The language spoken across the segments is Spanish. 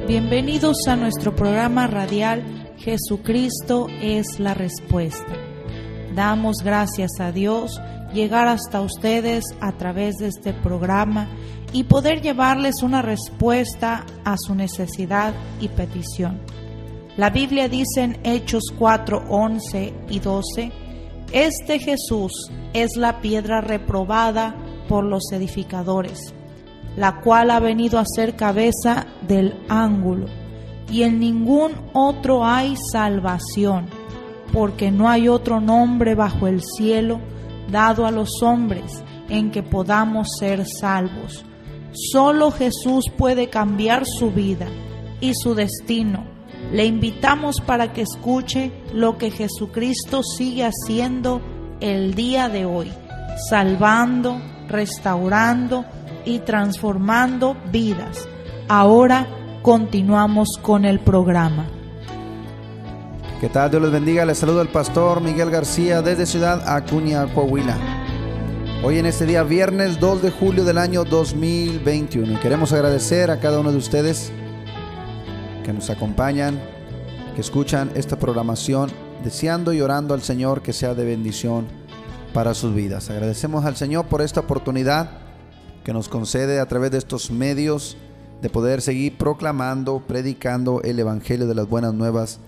Bienvenidos a nuestro programa radial Jesucristo es la respuesta. Damos gracias a Dios llegar hasta ustedes a través de este programa y poder llevarles una respuesta a su necesidad y petición. La Biblia dice en Hechos 4, 11 y 12: Este Jesús es la piedra reprobada por los edificadores, la cual ha venido a ser cabeza del ángulo, y en ningún otro hay salvación, porque no hay otro nombre bajo el cielo dado a los hombres en que podamos ser salvos. Solo Jesús puede cambiar su vida y su destino. Le invitamos para que escuche lo que Jesucristo sigue haciendo el día de hoy, salvando, restaurando y transformando vidas. Ahora continuamos con el programa. ¿Qué tal? Dios les bendiga. Les saluda el pastor Miguel García desde Ciudad Acuña, Coahuila. Hoy en este día viernes 2 de julio del año 2021. Y queremos agradecer a cada uno de ustedes que nos acompañan, que escuchan esta programación, deseando y orando al Señor que sea de bendición para sus vidas. Agradecemos al Señor por esta oportunidad que nos concede a través de estos medios de poder seguir proclamando, predicando el Evangelio de las buenas nuevas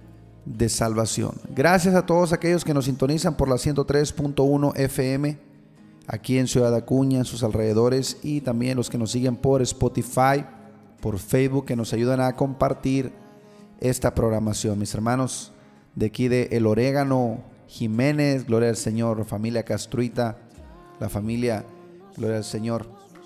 de salvación. Gracias a todos aquellos que nos sintonizan por la 103.1 FM aquí en Ciudad Acuña, en sus alrededores, y también los que nos siguen por Spotify, por Facebook, que nos ayudan a compartir esta programación. Mis hermanos de aquí de El Orégano, Jiménez, gloria al Señor, familia Castruita, la familia, gloria al Señor,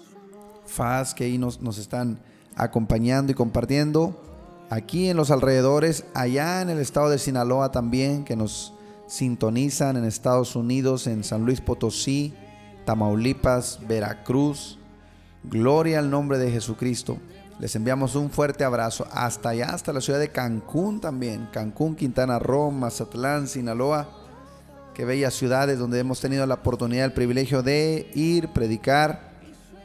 Faz, que ahí nos están acompañando y compartiendo. Aquí en los alrededores, allá en el estado de Sinaloa también, que nos sintonizan en Estados Unidos, en San Luis Potosí, Tamaulipas, Veracruz. Gloria al nombre de Jesucristo. Les enviamos un fuerte abrazo hasta allá, hasta la ciudad de Cancún también. Cancún, Quintana Roo, Mazatlán, Sinaloa. Qué bellas ciudades donde hemos tenido la oportunidad, el privilegio de ir, predicar,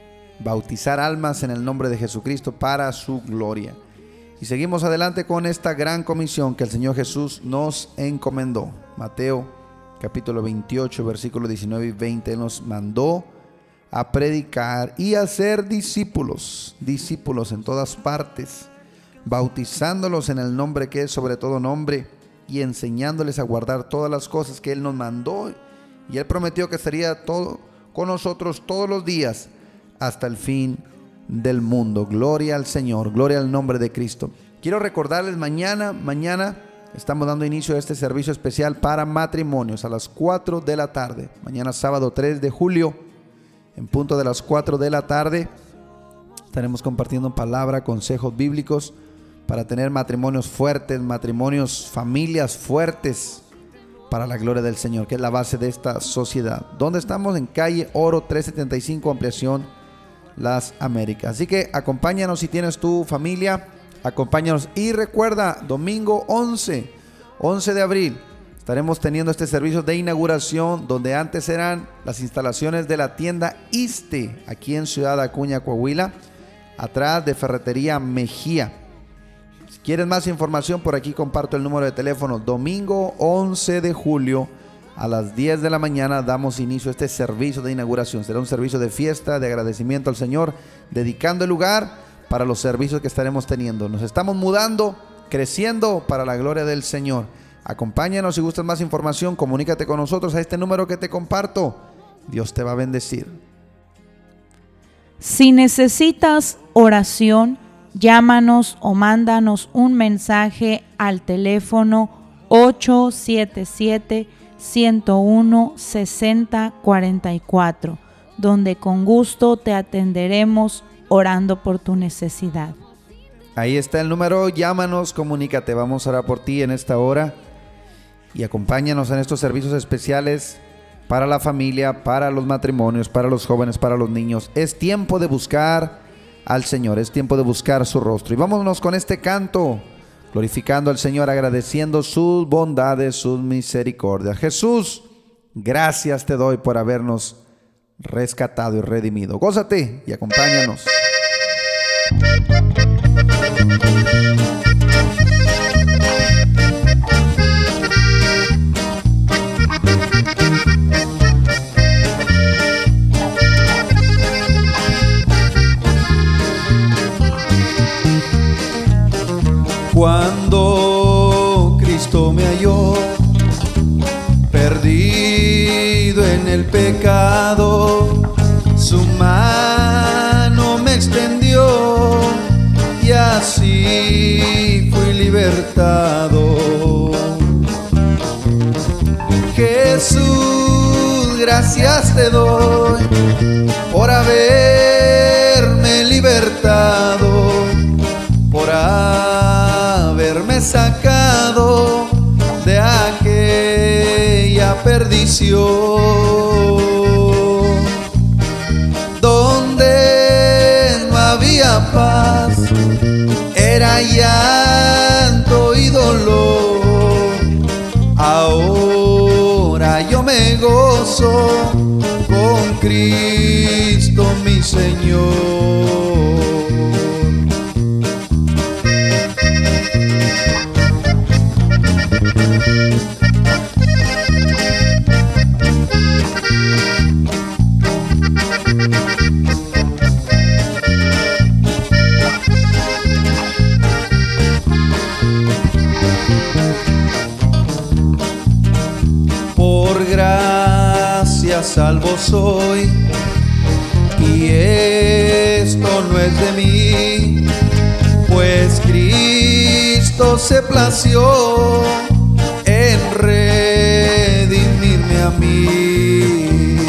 bautizar almas en el nombre de Jesucristo para su gloria. Y seguimos adelante con esta gran comisión que el Señor Jesús nos encomendó. Mateo capítulo 28, versículos 19 y 20. Él nos mandó a predicar y a ser discípulos en todas partes, bautizándolos en el nombre que es sobre todo nombre, y enseñándoles a guardar todas las cosas que Él nos mandó. Y Él prometió que estaría todo con nosotros todos los días hasta el fin del mundo. Gloria al Señor, gloria al nombre de Cristo. Quiero recordarles, mañana estamos dando inicio a este servicio especial para matrimonios a las 4 de la tarde. Mañana sábado 3 de julio, en punto de las 4 de la tarde, estaremos compartiendo palabra, consejos bíblicos para tener matrimonios fuertes, familias fuertes para la gloria del Señor, que es la base de esta sociedad. ¿Dónde estamos? En calle Oro 375, ampliación Las Américas. Así que acompáñanos si tienes tu familia, acompáñanos. Y recuerda, domingo 11 de abril, estaremos teniendo este servicio de inauguración donde antes eran las instalaciones de la tienda Iste, aquí en Ciudad Acuña, Coahuila, atrás de Ferretería Mejía. Si quieres más información, por aquí comparto el número de teléfono. Domingo 11 de julio a las 10 de la mañana damos inicio a este servicio de inauguración. Será un servicio de fiesta, de agradecimiento al Señor, dedicando el lugar para los servicios que estaremos teniendo. Nos estamos mudando, creciendo para la gloria del Señor. Acompáñanos. Si gustas más información, comunícate con nosotros a este número que te comparto. Dios te va a bendecir. Si necesitas oración, llámanos o mándanos un mensaje al teléfono 877-101-6044, donde con gusto te atenderemos orando por tu necesidad. Ahí está el número, llámanos, comunícate, vamos a orar por ti en esta hora y acompáñanos en estos servicios especiales para la familia, para los matrimonios, para los jóvenes, para los niños. Es tiempo de buscar al Señor, es tiempo de buscar su rostro. Y vámonos con este canto, glorificando al Señor, agradeciendo sus bondades, sus misericordias. Jesús, gracias te doy por habernos rescatado y redimido. Gózate y acompáñanos. el pecado, su mano me extendió y así fui libertado. Jesús, gracias te doy por haberme libertado, por haberme sacado de aquella perdición, donde no había paz, era llanto y dolor. Ahora yo me gozo con Cristo mi Señor. Por gracia salvo soy, y esto no es de mí, pues Cristo se plació en redimirme a mí.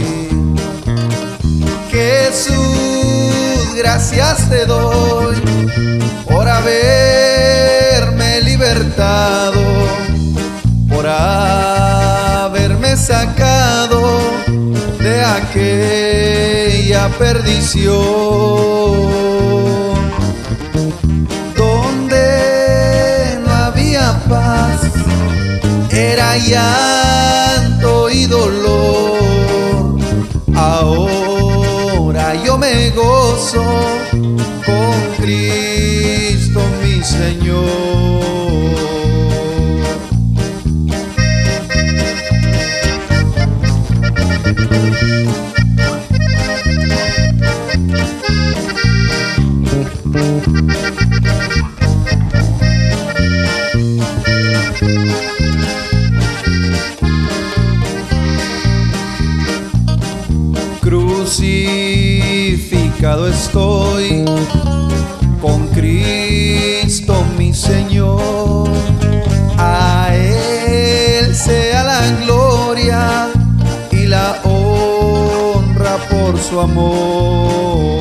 Jesús, gracias te doy por haberme libertado, por haberme sacado de aquella perdición, donde no había paz, era llanto y dolor. Ahora yo me gozo con Cristo mi Señor. Crucificado estoy con Cristo mi Señor, a Él sea la gloria y la honra por su amor.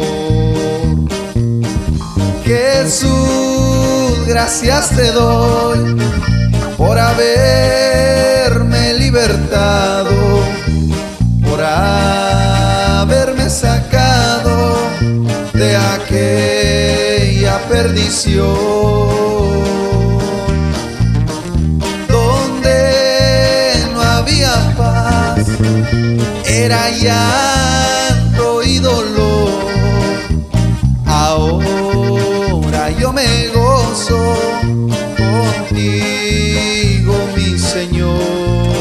Jesús, gracias te doy por haberme libertado, por haberme sacado de aquella perdición, donde no había paz, era llanto y dolor. Ahora yo me gozo contigo, mi Señor.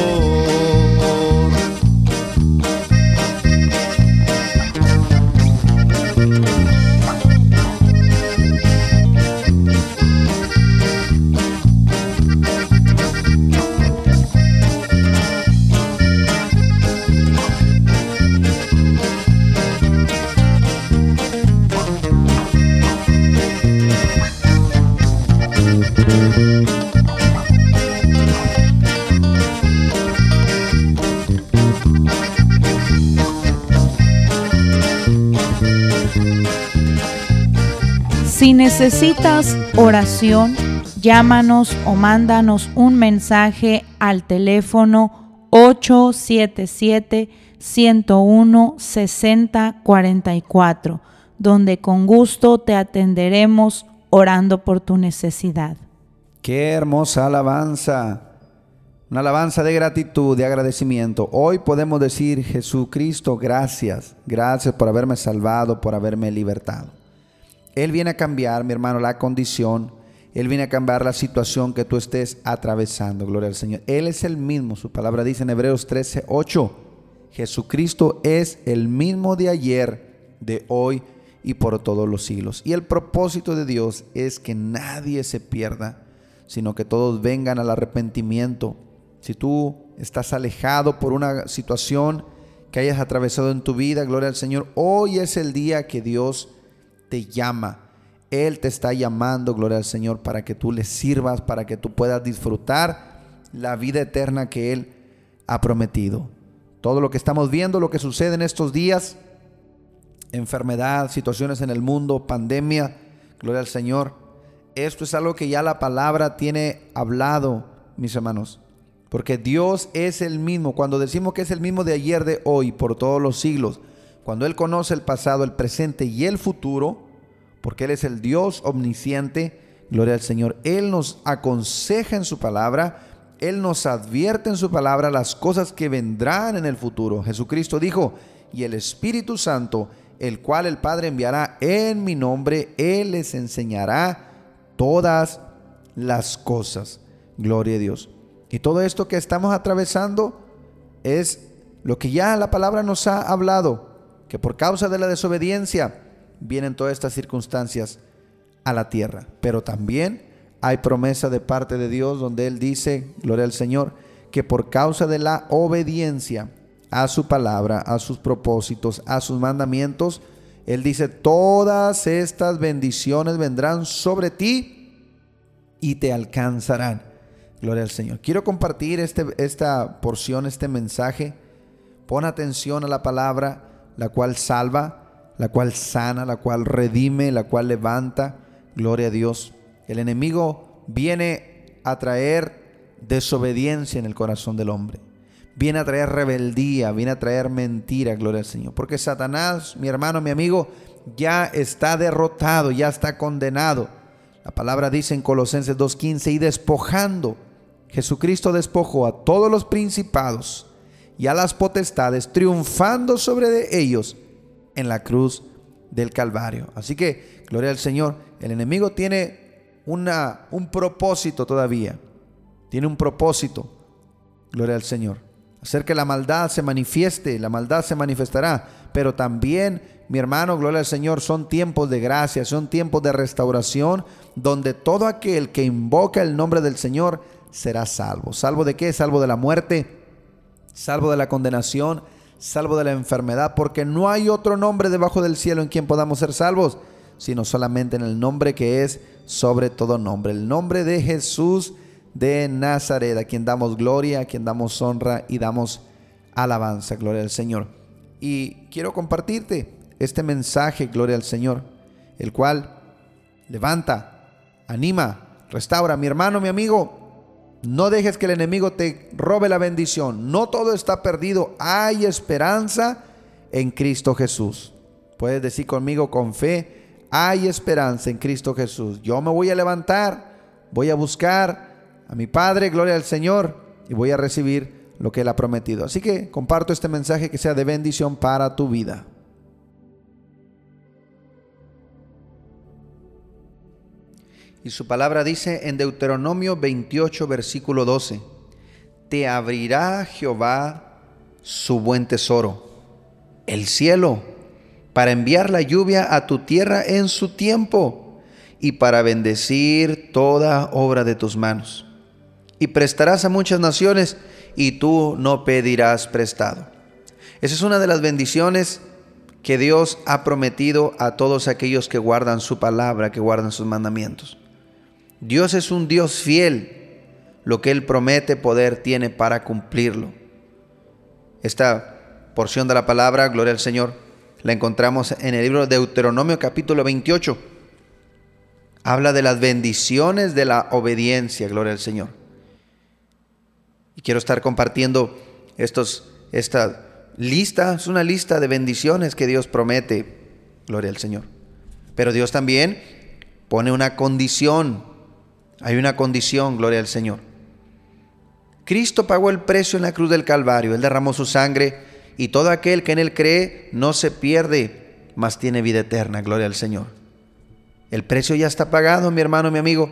Si necesitas oración, llámanos o mándanos un mensaje al teléfono 877-101-6044, donde con gusto te atenderemos orando por tu necesidad. Qué hermosa alabanza, una alabanza de gratitud, de agradecimiento. Hoy podemos decir: Jesucristo, gracias, gracias por haberme salvado, por haberme libertado. Él viene a cambiar, mi hermano, la condición. Él viene a cambiar la situación que tú estés atravesando. Gloria al Señor. Él es el mismo. Su palabra dice en Hebreos 13:8: Jesucristo es el mismo de ayer, de hoy y por todos los siglos. Y el propósito de Dios es que nadie se pierda, sino que todos vengan al arrepentimiento. Si tú estás alejado por una situación, que hayas atravesado en tu vida, gloria al Señor. Hoy es el día que Dios te llama. Él te está llamando, gloria al Señor, para que tú le sirvas, para que tú puedas disfrutar la vida eterna que Él ha prometido. Todo lo que estamos viendo, lo que sucede en estos días, enfermedad, situaciones en el mundo, pandemia, gloria al Señor. Esto es algo que ya la palabra tiene hablado, mis hermanos. Porque Dios es el mismo. Cuando decimos que es el mismo de ayer, de hoy, por todos los siglos, cuando Él conoce el pasado, el presente y el futuro, porque Él es el Dios omnisciente, gloria al Señor. Él nos aconseja en su palabra, Él nos advierte en su palabra las cosas que vendrán en el futuro. Jesucristo dijo: y el Espíritu Santo, el cual el Padre enviará en mi nombre, Él les enseñará todas las cosas. Gloria a Dios. Y todo esto que estamos atravesando es lo que ya la palabra nos ha hablado, que por causa de la desobediencia vienen todas estas circunstancias a la tierra. Pero también hay promesa de parte de Dios donde Él dice, gloria al Señor, que por causa de la obediencia a su palabra, a sus propósitos, a sus mandamientos, Él dice: todas estas bendiciones vendrán sobre ti y te alcanzarán. Gloria al Señor. Quiero compartir esta porción, este mensaje. Pon atención a la palabra, la cual salva, la cual sana, la cual redime, la cual levanta. Gloria a Dios. El enemigo viene a traer desobediencia en el corazón del hombre. Viene a traer rebeldía, viene a traer mentira, gloria al Señor. Porque Satanás, mi hermano, mi amigo, ya está derrotado, ya está condenado. La palabra dice en Colosenses 2:15: y despojando, Jesucristo despojó a todos los principados y a las potestades, triunfando sobre ellos en la cruz del Calvario. Así que, gloria al Señor, el enemigo tiene un propósito todavía. Tiene un propósito, gloria al Señor, hacer que la maldad se manifieste. La maldad se manifestará, pero también, mi hermano, gloria al Señor, son tiempos de gracia, son tiempos de restauración, donde todo aquel que invoca el nombre del Señor será salvo. ¿Salvo de qué? Salvo de la muerte, salvo de la condenación, salvo de la enfermedad, porque no hay otro nombre debajo del cielo en quien podamos ser salvos, sino solamente en el nombre que es sobre todo nombre, el nombre de Jesús de Nazaret, a quien damos gloria, a quien damos honra y damos alabanza. Gloria al Señor. Y quiero compartirte este mensaje, gloria al Señor, el cual levanta, anima, restaura. Mi hermano, mi amigo, no dejes que el enemigo te robe la bendición. No todo está perdido. Hay esperanza en Cristo Jesús. Puedes decir conmigo con fe: hay esperanza en Cristo Jesús. Yo me voy a levantar, voy a buscar a mi Padre, gloria al Señor, y voy a recibir lo que Él ha prometido. Así que comparto este mensaje que sea de bendición para tu vida. Y su palabra dice en Deuteronomio 28, versículo 12: te abrirá Jehová su buen tesoro, el cielo, para enviar la lluvia a tu tierra en su tiempo, y para bendecir toda obra de tus manos. Y prestarás a muchas naciones, y tú no pedirás prestado. Esa es una de las bendiciones que Dios ha prometido a todos aquellos que guardan su palabra, que guardan sus mandamientos. Dios es un Dios fiel. Lo que Él promete, poder tiene para cumplirlo. Esta porción de la palabra, gloria al Señor, la encontramos en el libro de Deuteronomio capítulo 28. Habla de las bendiciones de la obediencia, gloria al Señor. Y quiero estar compartiendo esta lista. Es una lista de bendiciones que Dios promete, gloria al Señor. Pero Dios también pone una condición. Hay una condición, gloria al Señor. Cristo pagó el precio en la cruz del Calvario. Él derramó su sangre, y todo aquel que en Él cree no se pierde, mas tiene vida eterna. Gloria al Señor. El precio ya está pagado, mi hermano, mi amigo.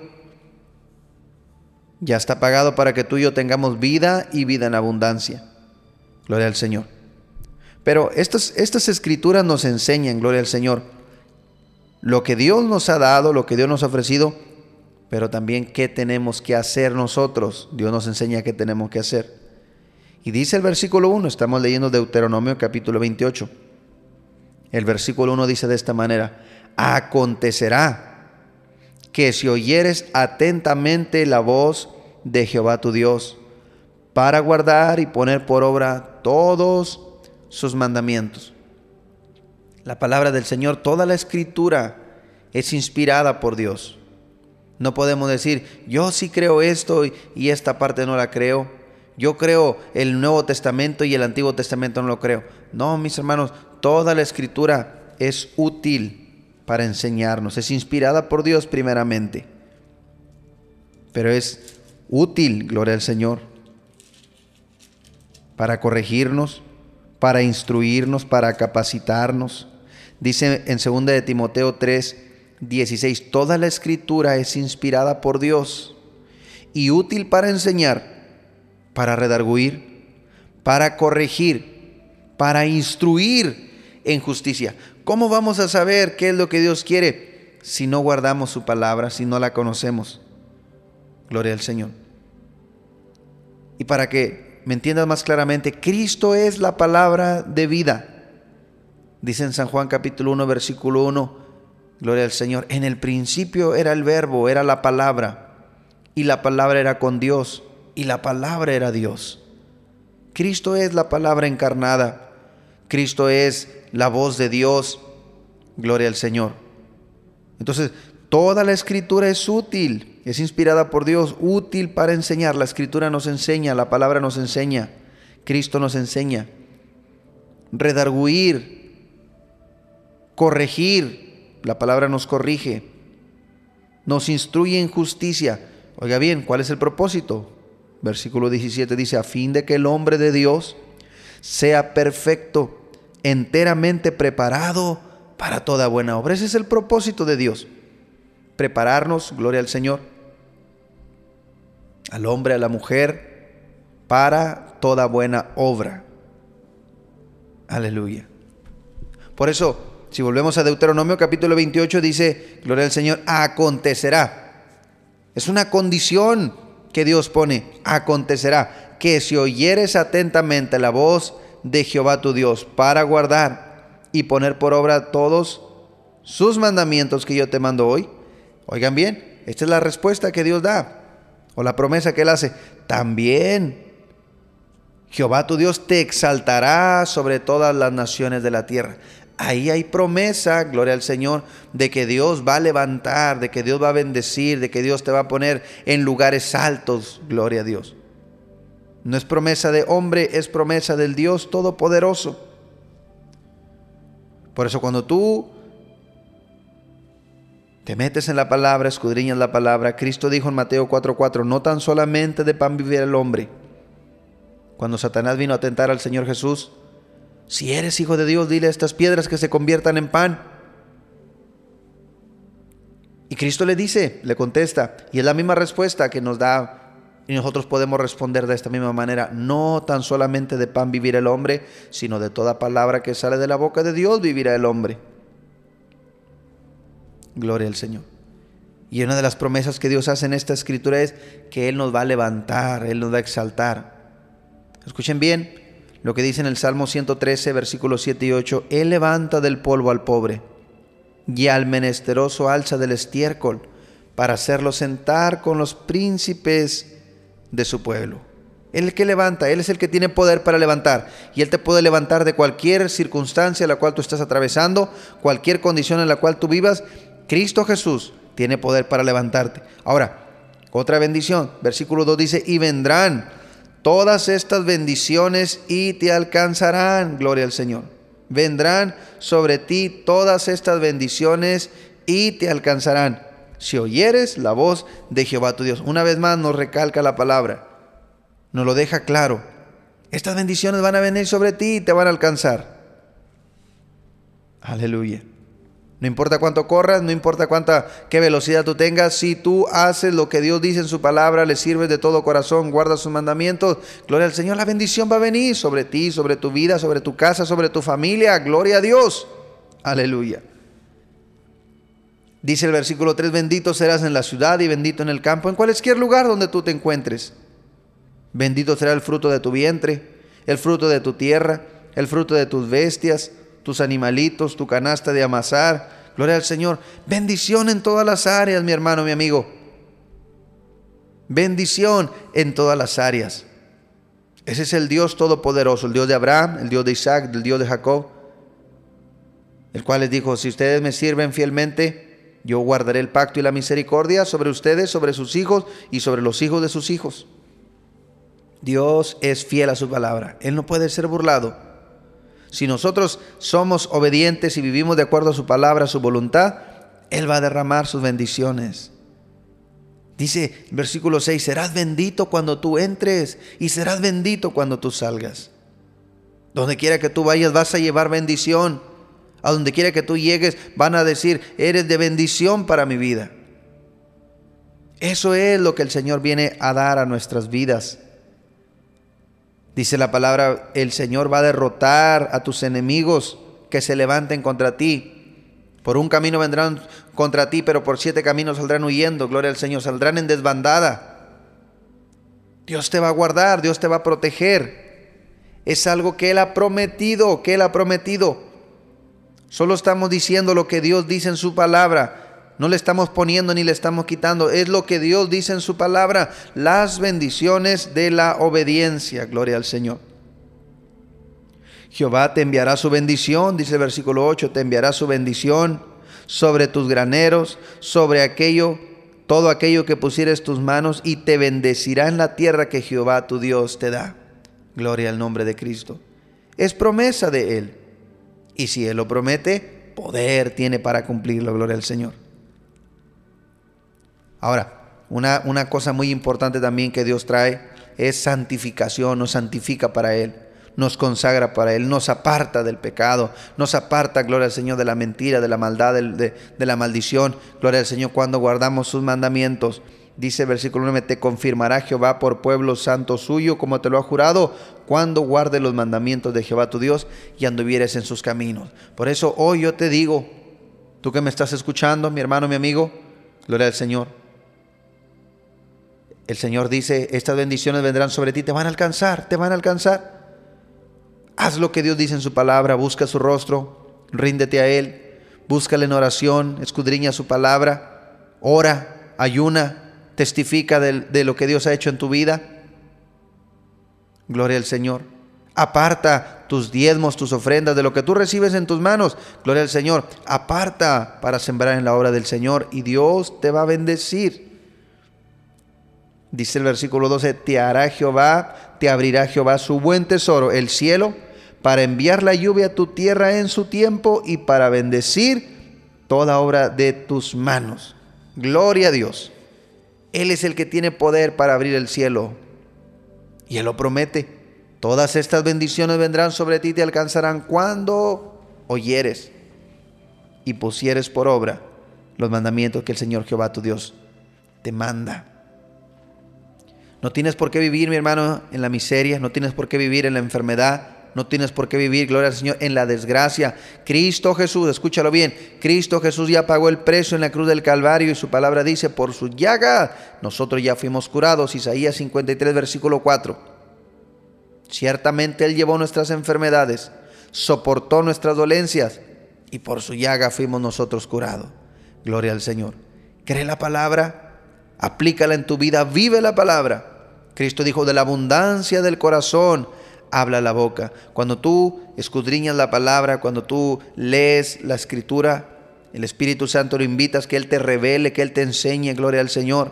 Ya está pagado para que tú y yo tengamos vida y vida en abundancia. Gloria al Señor. Pero estas escrituras nos enseñan, gloria al Señor, lo que Dios nos ha dado, lo que Dios nos ha ofrecido, pero también qué tenemos que hacer nosotros. Dios nos enseña qué tenemos que hacer. Y dice el versículo 1, estamos leyendo Deuteronomio capítulo 28. El versículo 1 dice de esta manera: acontecerá que si oyeres atentamente la voz de Jehová tu Dios, para guardar y poner por obra todos sus mandamientos. La palabra del Señor, toda la Escritura es inspirada por Dios. No podemos decir, yo sí creo esto y esta parte no la creo. Yo creo el Nuevo Testamento y el Antiguo Testamento no lo creo. No, mis hermanos, toda la Escritura es útil para enseñarnos. Es inspirada por Dios primeramente, pero es útil, gloria al Señor, para corregirnos, para instruirnos, para capacitarnos. Dice en 2 de Timoteo 3:16, toda la Escritura es inspirada por Dios y útil para enseñar, para redarguir, para corregir, para instruir en justicia. ¿Cómo vamos a saber qué es lo que Dios quiere si no guardamos su palabra, si no la conocemos? Gloria al Señor. Y para que me entiendas más claramente, Cristo es la palabra de vida. Dice en San Juan capítulo 1, versículo 1, gloria al Señor, en el principio era el verbo, era la palabra, y la palabra era con Dios, y la palabra era Dios. Cristo es la palabra encarnada. Cristo es la voz de Dios. Gloria al Señor. Entonces, toda la Escritura es útil, es inspirada por Dios, útil para enseñar. La Escritura nos enseña, la palabra nos enseña, Cristo nos enseña. Redarguir, corregir, la palabra nos corrige, nos instruye en justicia. Oiga bien, ¿cuál es el propósito? Versículo 17 dice, a fin de que el hombre de Dios sea perfecto, enteramente preparado para toda buena obra. Ese es el propósito de Dios. Prepararnos, gloria al Señor, al hombre, a la mujer, para toda buena obra. Aleluya. Por eso, si volvemos a Deuteronomio capítulo 28, dice, gloria al Señor, acontecerá. Es una condición que Dios pone, acontecerá, que si oyeres atentamente la voz de Jehová tu Dios para guardar y poner por obra todos sus mandamientos que yo te mando hoy. Oigan bien, esta es la respuesta que Dios da, o la promesa que Él hace. También Jehová tu Dios te exaltará sobre todas las naciones de la tierra. Ahí hay promesa, gloria al Señor, de que Dios va a levantar, de que Dios va a bendecir, de que Dios te va a poner en lugares altos, gloria a Dios. No es promesa de hombre, es promesa del Dios Todopoderoso. Por eso cuando tú te metes en la palabra, escudriñas la palabra, Cristo dijo en Mateo 4:4, no tan solamente de pan vivirá el hombre. Cuando Satanás vino a tentar al Señor Jesús, si eres hijo de Dios, dile a estas piedras que se conviertan en pan. Y Cristo le dice, le contesta, y es la misma respuesta que nos da, y nosotros podemos responder de esta misma manera, no tan solamente de pan vivirá el hombre, sino de toda palabra que sale de la boca de Dios vivirá el hombre. Gloria al Señor. Y una de las promesas que Dios hace en esta escritura es que Él nos va a levantar, Él nos va a exaltar. Escuchen bien lo que dice en el Salmo 113, versículos 7 y 8. Él levanta del polvo al pobre y al menesteroso alza del estiércol para hacerlo sentar con los príncipes de su pueblo. Él es el que levanta, Él es el que tiene poder para levantar. Y Él te puede levantar de cualquier circunstancia en la cual tú estás atravesando, cualquier condición en la cual tú vivas. Cristo Jesús tiene poder para levantarte. Ahora, otra bendición. Versículo 2 dice, y vendrán todas estas bendiciones y te alcanzarán, gloria al Señor. Vendrán sobre ti todas estas bendiciones y te alcanzarán, si oyeres la voz de Jehová tu Dios. Una vez más nos recalca la palabra, nos lo deja claro. Estas bendiciones van a venir sobre ti y te van a alcanzar. Aleluya. No importa cuánto corras, no importa qué velocidad tú tengas, si tú haces lo que Dios dice en su palabra, le sirves de todo corazón, guardas sus mandamientos, gloria al Señor, la bendición va a venir sobre ti, sobre tu vida, sobre tu casa, sobre tu familia, gloria a Dios. Aleluya. Dice el versículo 3, bendito serás en la ciudad y bendito en el campo, en cualquier lugar donde tú te encuentres. Bendito será el fruto de tu vientre el fruto de tu tierra, el fruto de tus bestias, tus animalitos, tu canasta de amasar. Gloria al Señor. Bendición en todas las áreas, mi hermano, mi amigo. Bendición en todas las áreas. Ese es el Dios todopoderoso, el Dios de Abraham, el Dios de Isaac, el Dios de Jacob, el cual les dijo: si ustedes me sirven fielmente, yo guardaré el pacto y la misericordia sobre ustedes, sobre sus hijos y sobre los hijos de sus hijos. Dios es fiel a su palabra. Él no puede ser burlado. Si nosotros somos obedientes y vivimos de acuerdo a su palabra, a su voluntad, Él va a derramar sus bendiciones. Dice el versículo 6, serás bendito cuando tú entres y serás bendito cuando tú salgas. Donde quiera que tú vayas vas a llevar bendición. A donde quiera que tú llegues van a decir: eres de bendición para mi vida. Eso es lo que el Señor viene a dar a nuestras vidas. Dice la palabra: el Señor va a derrotar a tus enemigos que se levanten contra ti. Por un camino vendrán contra ti, pero por 7 caminos saldrán huyendo. Gloria al Señor, saldrán en desbandada. Dios te va a guardar, Dios te va a proteger. Es algo que Él ha prometido, Solo estamos diciendo lo que Dios dice en su palabra. No le estamos poniendo ni le estamos quitando. Es lo que Dios dice en su palabra. Las bendiciones de la obediencia. Gloria al Señor. Jehová te enviará su bendición, dice el versículo 8, te enviará su bendición sobre tus graneros, sobre todo aquello que pusieres tus manos, y te bendecirá en la tierra que Jehová tu Dios te da. Gloria al nombre de Cristo. Es promesa de Él. Y si Él lo promete, poder tiene para cumplirlo. Gloria al Señor. Ahora, una cosa muy importante también que Dios trae es santificación. Nos santifica para Él. Nos consagra para Él, nos aparta del pecado, nos aparta, gloria al Señor, de la mentira, de la maldad, de la maldición. Gloria al Señor cuando guardamos sus mandamientos. Dice el versículo 9, te confirmará Jehová por pueblo santo suyo, como te lo ha jurado, cuando guardes los mandamientos de Jehová tu Dios y anduvieres en sus caminos. Por eso hoy yo te digo, tú que me estás escuchando, mi hermano, mi amigo, gloria al Señor. El Señor dice, estas bendiciones vendrán sobre ti, te van a alcanzar, te van a alcanzar. Haz lo que Dios dice en su palabra, busca su rostro, ríndete a Él, búscale en oración, escudriña su palabra, ora, ayuna, testifica de lo que Dios ha hecho en tu vida. Gloria al Señor. Aparta tus diezmos, tus ofrendas, de lo que tú recibes en tus manos. Gloria al Señor. Aparta para sembrar en la obra del Señor y Dios te va a bendecir. Dice el versículo 12, te abrirá Jehová su buen tesoro, el cielo, para enviar la lluvia a tu tierra en su tiempo y para bendecir toda obra de tus manos. Gloria a Dios. Él es el que tiene poder para abrir el cielo. Y Él lo promete. Todas estas bendiciones vendrán sobre ti y te alcanzarán cuando oyeres y pusieres por obra los mandamientos que el Señor Jehová tu Dios te manda. No tienes por qué vivir, mi hermano, en la miseria. No tienes por qué vivir en la enfermedad. No tienes por qué vivir, gloria al Señor, en la desgracia. Cristo Jesús, escúchalo bien, Cristo Jesús ya pagó el precio en la cruz del Calvario y su palabra dice, por su llaga nosotros ya fuimos curados. Isaías 53, versículo 4. Ciertamente Él llevó nuestras enfermedades, soportó nuestras dolencias y por su llaga fuimos nosotros curados. Gloria al Señor. Cree la palabra, aplícala en tu vida, vive la palabra. Cristo dijo, de la abundancia del corazón habla la boca. Cuando tú escudriñas la palabra, cuando tú lees la escritura, el Espíritu Santo lo invitas que Él te revele, que Él te enseñe, gloria al Señor.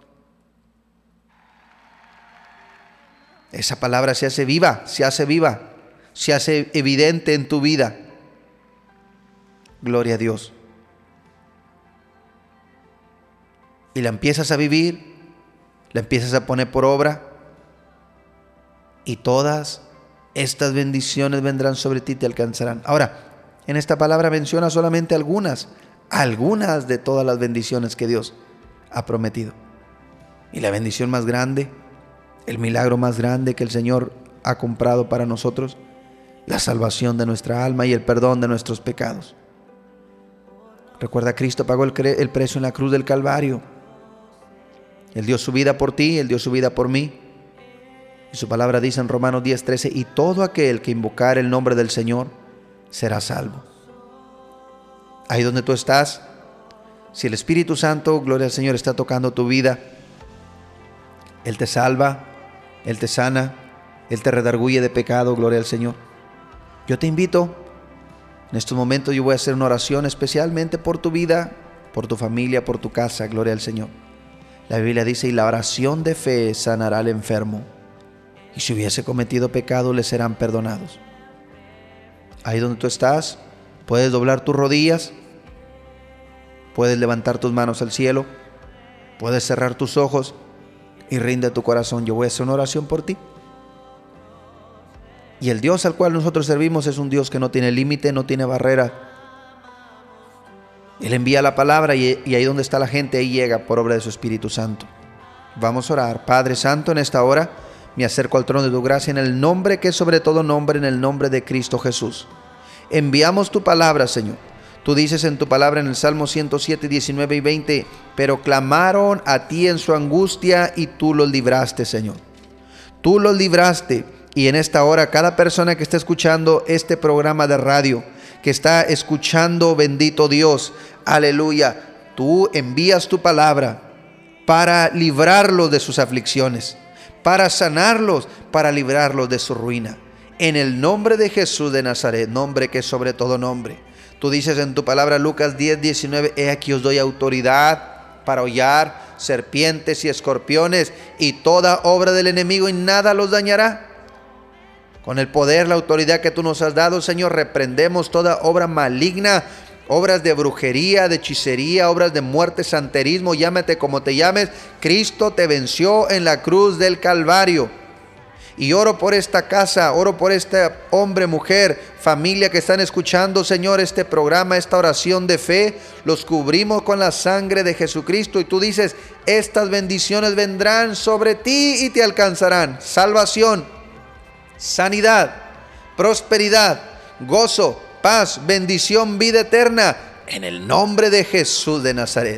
Esa palabra se hace viva, se hace evidente en tu vida. Gloria a Dios. Y la empiezas a vivir, la empiezas a poner por obra y todas estas bendiciones vendrán sobre ti y te alcanzarán. Ahora, en esta palabra menciona solamente algunas de todas las bendiciones que Dios ha prometido. Y la bendición más grande, el milagro más grande que el Señor ha comprado para nosotros, la salvación de nuestra alma y el perdón de nuestros pecados. Recuerda, Cristo pagó el precio en la cruz del Calvario. Él dio su vida por ti, Él dio su vida por mí. Y su palabra dice en Romanos 10:13, y todo aquel que invocar el nombre del Señor será salvo. Ahí donde tú estás, si el Espíritu Santo, gloria al Señor, está tocando tu vida, Él te salva, Él te sana, Él te redarguye de pecado, gloria al Señor. Yo te invito, en estos momentos yo voy a hacer una oración especialmente por tu vida, por tu familia, por tu casa, gloria al Señor. La Biblia dice, y la oración de fe sanará al enfermo, y si hubiese cometido pecado le serán perdonados. Ahí donde tú estás, puedes doblar tus rodillas, puedes levantar tus manos al cielo, puedes cerrar tus ojos y rinde tu corazón. Yo voy a hacer una oración por ti. Y el Dios al cual nosotros servimos es un Dios que no tiene límite, no tiene barrera. Él envía la palabra y ahí donde está la gente, ahí llega por obra de su Espíritu Santo. Vamos a orar. Padre Santo, en esta hora me acerco al trono de tu gracia en el nombre que es sobre todo nombre, en el nombre de Cristo Jesús. Enviamos tu palabra, Señor. Tú dices en tu palabra en el Salmo 107, 19 y 20, pero clamaron a ti en su angustia y tú los libraste, Señor. Tú los libraste. Y en esta hora, cada persona que está escuchando este programa de radio, que está escuchando, bendito Dios, aleluya, tú envías tu palabra para librarlos de sus aflicciones, para sanarlos, para librarlos de su ruina. En el nombre de Jesús de Nazaret, nombre que es sobre todo nombre. Tú dices en tu palabra, Lucas 10, 19, he aquí os doy autoridad para hollar serpientes y escorpiones y toda obra del enemigo y nada los dañará. Con el poder, la autoridad que tú nos has dado, Señor, reprendemos toda obra maligna, obras de brujería, de hechicería, obras de muerte, santerismo, llámate como te llames. Cristo te venció en la cruz del Calvario. Y oro por esta casa, oro por este hombre, mujer, familia que están escuchando, Señor, este programa, esta oración de fe. Los cubrimos con la sangre de Jesucristo. Y tú dices, estas bendiciones vendrán sobre ti y te alcanzarán. Salvación, sanidad, prosperidad, gozo, paz, bendición, vida eterna, en el nombre de Jesús de Nazaret.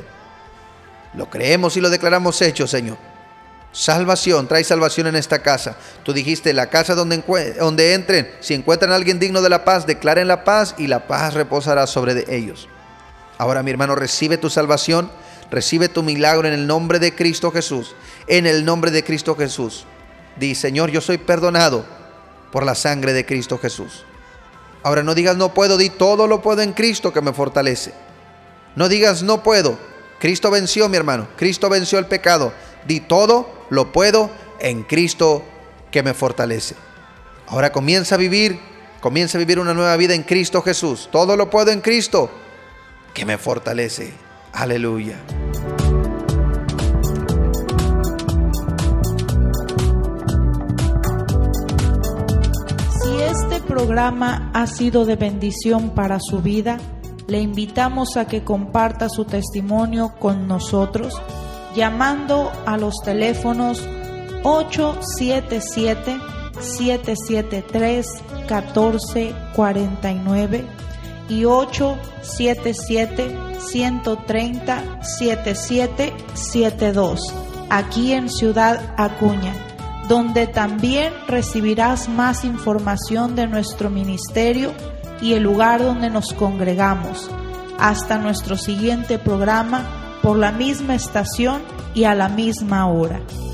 Lo creemos y lo declaramos hecho, Señor. Salvación, trae salvación en esta casa. Tú dijiste, la casa donde entren, si encuentran a alguien digno de la paz, declaren la paz y la paz reposará sobre ellos. Ahora, mi hermano, recibe tu salvación, recibe tu milagro en el nombre de Cristo Jesús. En el nombre de Cristo Jesús. Di, Señor, yo soy perdonado por la sangre de Cristo Jesús. Ahora no digas no puedo, di todo lo puedo en Cristo que me fortalece. No digas no puedo. Cristo venció, mi hermano. Cristo venció el pecado. Di todo lo puedo en Cristo que me fortalece. Ahora comienza a vivir una nueva vida en Cristo Jesús. Todo lo puedo en Cristo que me fortalece. Aleluya. Si este programa ha sido de bendición para su vida, le invitamos a que comparta su testimonio con nosotros llamando a los teléfonos 877-773-1449 y 877-130-7772 aquí en Ciudad Acuña, donde también recibirás más información de nuestro ministerio y el lugar donde nos congregamos. Hasta nuestro siguiente programa por la misma estación y a la misma hora.